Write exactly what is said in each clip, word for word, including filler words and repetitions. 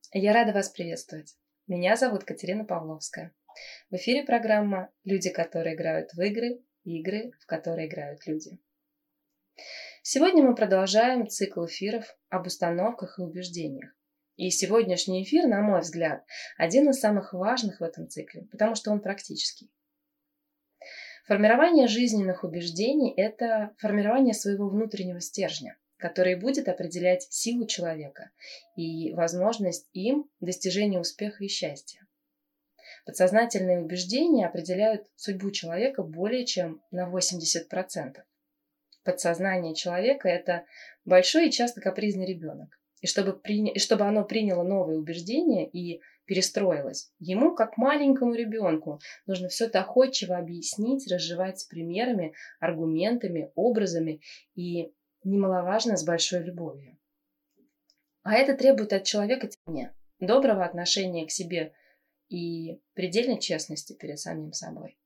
Я рада вас приветствовать. Меня зовут Катерина Павловская. В эфире программа «Люди, которые играют в игры, игры, в которые играют люди». Сегодня мы продолжаем цикл эфиров об установках и убеждениях. И сегодняшний эфир, на мой взгляд, один из самых важных в этом цикле, потому что он практический. Формирование жизненных убеждений – это формирование своего внутреннего стержня, который будет определять силу человека и возможность им достижения успеха и счастья. Подсознательные убеждения определяют судьбу человека более чем на восемьдесят процентов. Подсознание человека – это большой и часто капризный ребенок. И чтобы, при... и чтобы оно приняло новые убеждения и перестроилось, ему, как маленькому ребенку, нужно все доходчиво объяснить, разжевать с примерами, аргументами, образами и, немаловажно, с большой любовью. А это требует от человека доброго отношения к себе и предельной честности перед самим собой.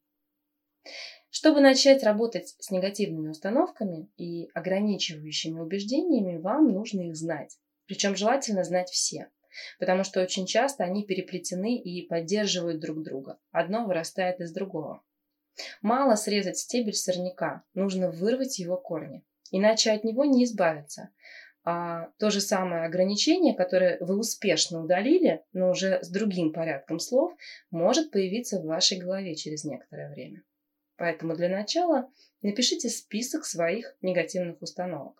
Чтобы начать работать с негативными установками и ограничивающими убеждениями, вам нужно их знать. Причем желательно знать все, потому что очень часто они переплетены и поддерживают друг друга. Одно вырастает из другого. Мало срезать стебель сорняка, нужно вырвать его корни, иначе от него не избавиться. А то же самое ограничение, которое вы успешно удалили, но уже с другим порядком слов, может появиться в вашей голове через некоторое время. Поэтому для начала напишите список своих негативных установок.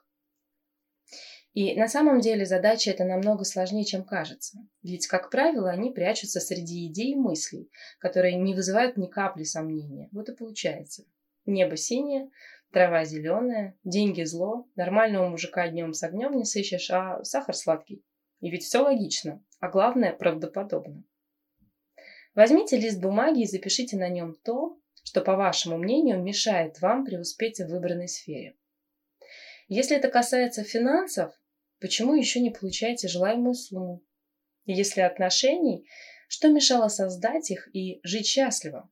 И на самом деле задача эта намного сложнее, чем кажется. Ведь, как правило, они прячутся среди идей и мыслей, которые не вызывают ни капли сомнения. Вот и получается. Небо синее, трава зеленая, деньги зло, нормального мужика днем с огнем не сыщешь, а сахар сладкий. И ведь все логично, а главное правдоподобно. Возьмите лист бумаги и запишите на нем то, что, по вашему мнению, мешает вам преуспеть в выбранной сфере. Если это касается финансов, почему еще не получаете желаемую сумму? И если отношений, что мешало создать их и жить счастливо?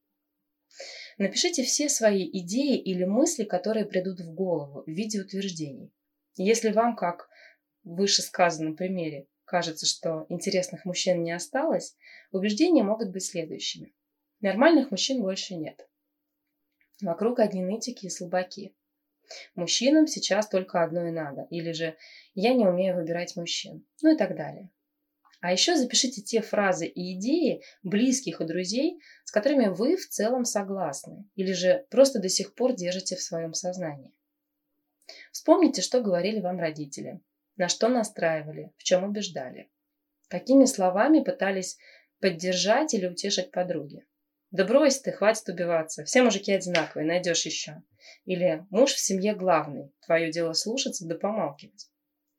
Напишите все свои идеи или мысли, которые придут в голову в виде утверждений. Если вам, как в вышесказанном примере, кажется, что интересных мужчин не осталось, убеждения могут быть следующими. Нормальных мужчин больше нет. Вокруг одни нытики и слабаки. Мужчинам сейчас только одно и надо. Или же «я не умею выбирать мужчин». Ну и так далее. А еще запишите те фразы и идеи близких и друзей, с которыми вы в целом согласны. Или же просто до сих пор держите в своем сознании. Вспомните, что говорили вам родители, на что настраивали, в чем убеждали. Какими словами пытались поддержать или утешить подруги. Да брось ты, хватит убиваться, все мужики одинаковые, найдешь еще. Или муж в семье главный, твое дело слушаться да помалкивать.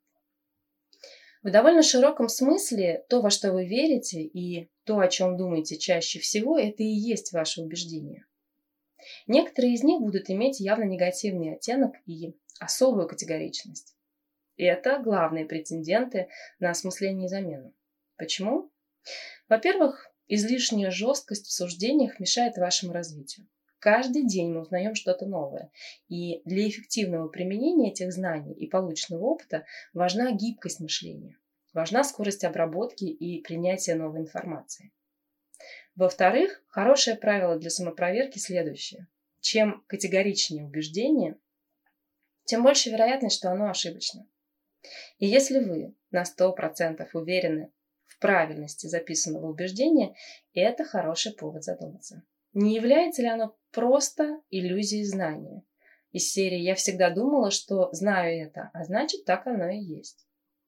В довольно широком смысле то, во что вы верите, и то, о чем думаете чаще всего, это и есть ваши убеждения. Некоторые из них будут иметь явно негативный оттенок и особую категоричность. И это главные претенденты на осмысление и замену. Почему? Во-первых, излишняя жесткость в суждениях мешает вашему развитию. Каждый день мы узнаем что-то новое, и для эффективного применения этих знаний и полученного опыта важна гибкость мышления, важна скорость обработки и принятия новой информации. Во-вторых, хорошее правило для самопроверки следующее. Чем категоричнее убеждение, тем больше вероятность, что оно ошибочно. И если вы на сто процентов уверены в правильности записанного убеждения, это хороший повод задуматься. Не является ли оно просто иллюзией знания? Из серии «Я всегда думала, что знаю это, а значит, так оно и есть».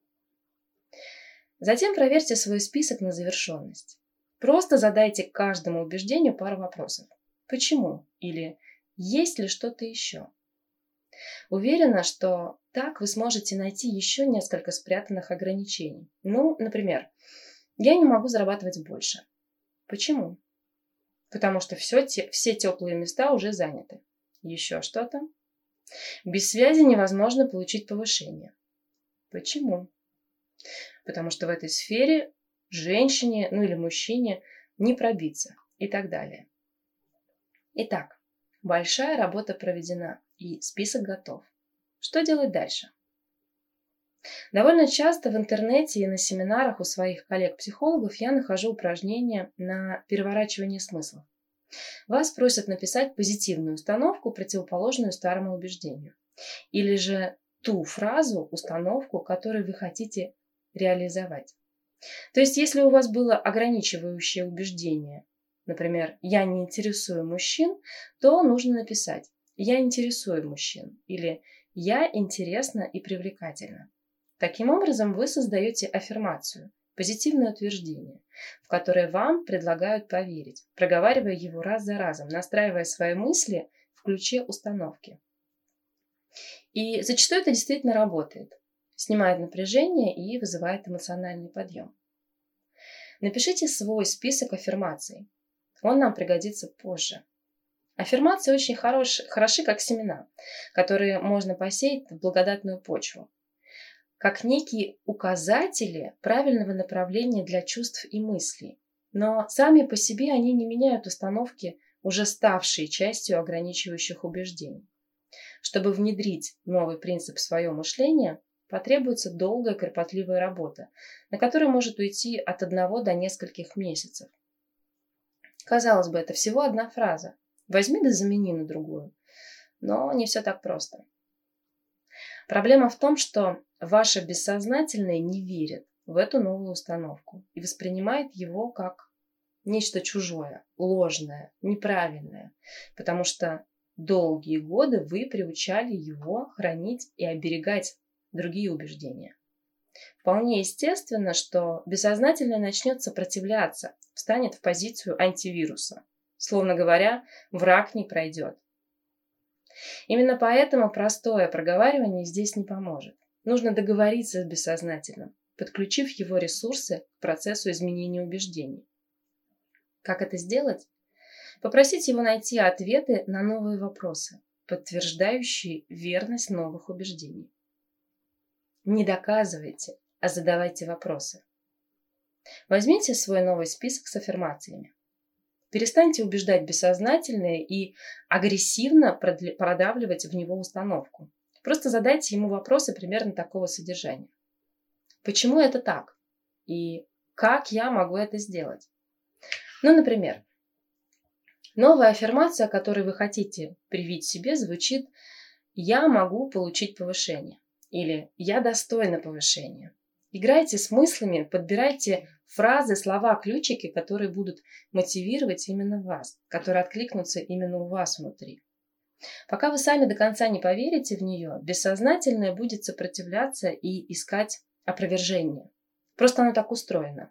Затем проверьте свой список на завершенность. Просто задайте каждому убеждению пару вопросов. Почему? Или есть ли что-то еще? Уверена, что так вы сможете найти еще несколько спрятанных ограничений. Ну, например, я не могу зарабатывать больше. Почему? Потому что все, те, все теплые места уже заняты. Еще что-то? Без связи невозможно получить повышение. Почему? Потому что в этой сфере женщине, ну или мужчине не пробиться и так далее. Итак, большая работа проведена и список готов. Что делать дальше? Довольно часто в интернете и на семинарах у своих коллег-психологов я нахожу упражнения на переворачивание смыслов. Вас просят написать позитивную установку, противоположную старому убеждению. Или же ту фразу, установку, которую вы хотите реализовать. То есть, если у вас было ограничивающее убеждение, например, «я не интересую мужчин», то нужно написать «я интересую мужчин» или «я интересна и привлекательна». Таким образом, вы создаете аффирмацию, позитивное утверждение, в которое вам предлагают поверить, проговаривая его раз за разом, настраивая свои мысли в ключе установки. И зачастую это действительно работает, снимает напряжение и вызывает эмоциональный подъем. Напишите свой список аффирмаций. Он нам пригодится позже. Аффирмации очень хороши, хороши как семена, которые можно посеять в благодатную почву, как некие указатели правильного направления для чувств и мыслей. Но сами по себе они не меняют установки, уже ставшие частью ограничивающих убеждений. Чтобы внедрить новый принцип в свое мышление, потребуется долгая кропотливая работа, на которую может уйти от одного до нескольких месяцев. Казалось бы, это всего одна фраза. Возьми да замени на другую. Но не все так просто. Проблема в том, что ваше бессознательное не верит в эту новую установку и воспринимает его как нечто чужое, ложное, неправильное, потому что долгие годы вы приучали его хранить и оберегать другие убеждения. Вполне естественно, что бессознательное начнет сопротивляться, встанет в позицию антивируса. Словно говоря, враг не пройдет. Именно поэтому простое проговаривание здесь не поможет. Нужно договориться с бессознательным, подключив его ресурсы к процессу изменения убеждений. Как это сделать? Попросить его найти ответы на новые вопросы, подтверждающие верность новых убеждений. Не доказывайте, а задавайте вопросы. Возьмите свой новый список с аффирмациями. Перестаньте убеждать бессознательное и агрессивно продавливать в него установку. Просто задайте ему вопросы примерно такого содержания. Почему это так? И как я могу это сделать? Ну, например, новая аффирмация, которую вы хотите привить себе, звучит «Я могу получить повышение» или «Я достойна повышения». Играйте с мыслями, подбирайте фразы, слова, ключики, которые будут мотивировать именно вас, которые откликнутся именно у вас внутри. Пока вы сами до конца не поверите в нее, бессознательное будет сопротивляться и искать опровержение. Просто оно так устроено.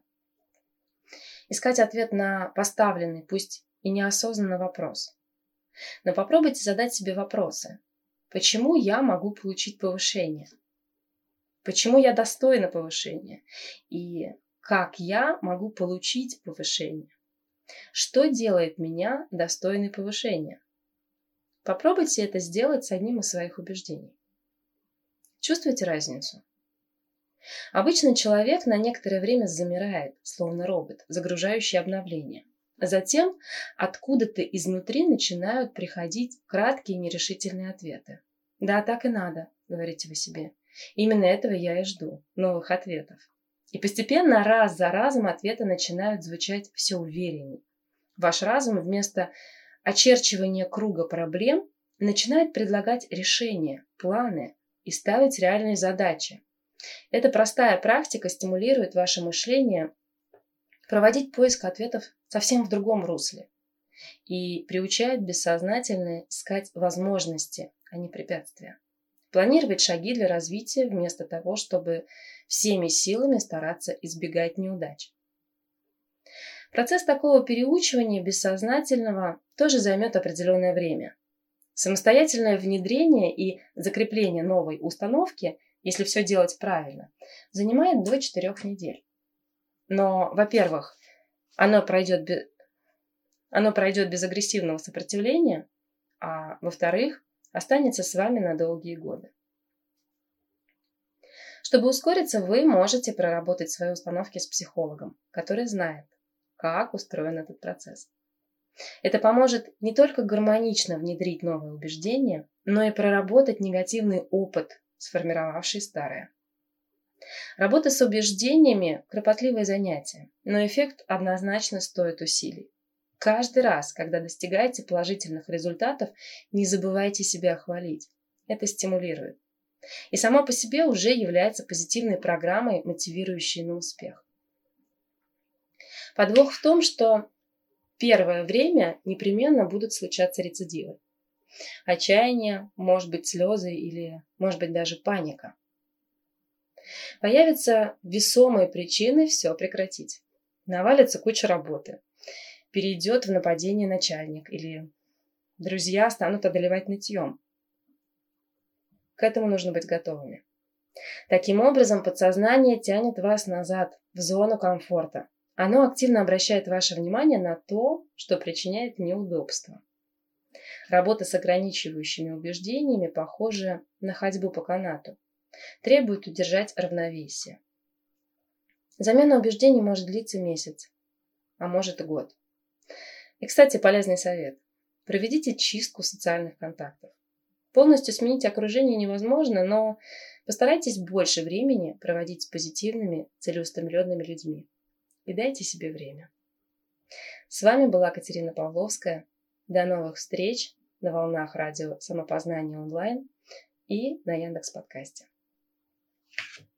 Искать ответ на поставленный, пусть и неосознанный вопрос. Но попробуйте задать себе вопросы. Почему я могу получить повышение? Почему я достойна повышения? И как я могу получить повышение? Что делает меня достойной повышения? Попробуйте это сделать с одним из своих убеждений. Чувствуете разницу? Обычно человек на некоторое время замирает, словно робот, загружающий обновления. Затем откуда-то изнутри начинают приходить краткие нерешительные ответы. «Да, так и надо», — говорите вы себе. «Именно этого я и жду, новых ответов». И постепенно, раз за разом, ответы начинают звучать все уверенней. Ваш разум вместо очерчивания круга проблем начинает предлагать решения, планы и ставить реальные задачи. Эта простая практика стимулирует ваше мышление проводить поиск ответов совсем в другом русле и приучает бессознательно искать возможности, а не препятствия. Планировать шаги для развития вместо того, чтобы всеми силами стараться избегать неудач. Процесс такого переучивания бессознательного тоже займет определенное время. Самостоятельное внедрение и закрепление новой установки, если все делать правильно, занимает до четырёх недель. Но, во-первых, оно пройдет без, оно пройдет без агрессивного сопротивления, а во-вторых, останется с вами на долгие годы. Чтобы ускориться, вы можете проработать свои установки с психологом, который знает, как устроен этот процесс. Это поможет не только гармонично внедрить новые убеждения, но и проработать негативный опыт, сформировавший старое. Работа с убеждениями – кропотливое занятие, но эффект однозначно стоит усилий. Каждый раз, когда достигаете положительных результатов, не забывайте себя хвалить. Это стимулирует. И само по себе уже является позитивной программой, мотивирующей на успех. Подвох в том, что первое время непременно будут случаться рецидивы. Отчаяние, может быть, слезы или, может быть, даже паника. Появятся весомые причины все прекратить. Навалится куча работы. Перейдет в нападение начальник или друзья станут одолевать нытьем. К этому нужно быть готовыми. Таким образом, подсознание тянет вас назад, в зону комфорта. Оно активно обращает ваше внимание на то, что причиняет неудобства. Работа с ограничивающими убеждениями похожа на ходьбу по канату. Требует удержать равновесие. Замена убеждений может длиться месяц, а может и год. И, кстати, полезный совет. Проведите чистку социальных контактов. Полностью сменить окружение невозможно, но постарайтесь больше времени проводить с позитивными, целеустремленными людьми. И дайте себе время. С вами была Катерина Павловская. До новых встреч на волнах радио «Самопознание онлайн» и на Яндекс.Подкасте.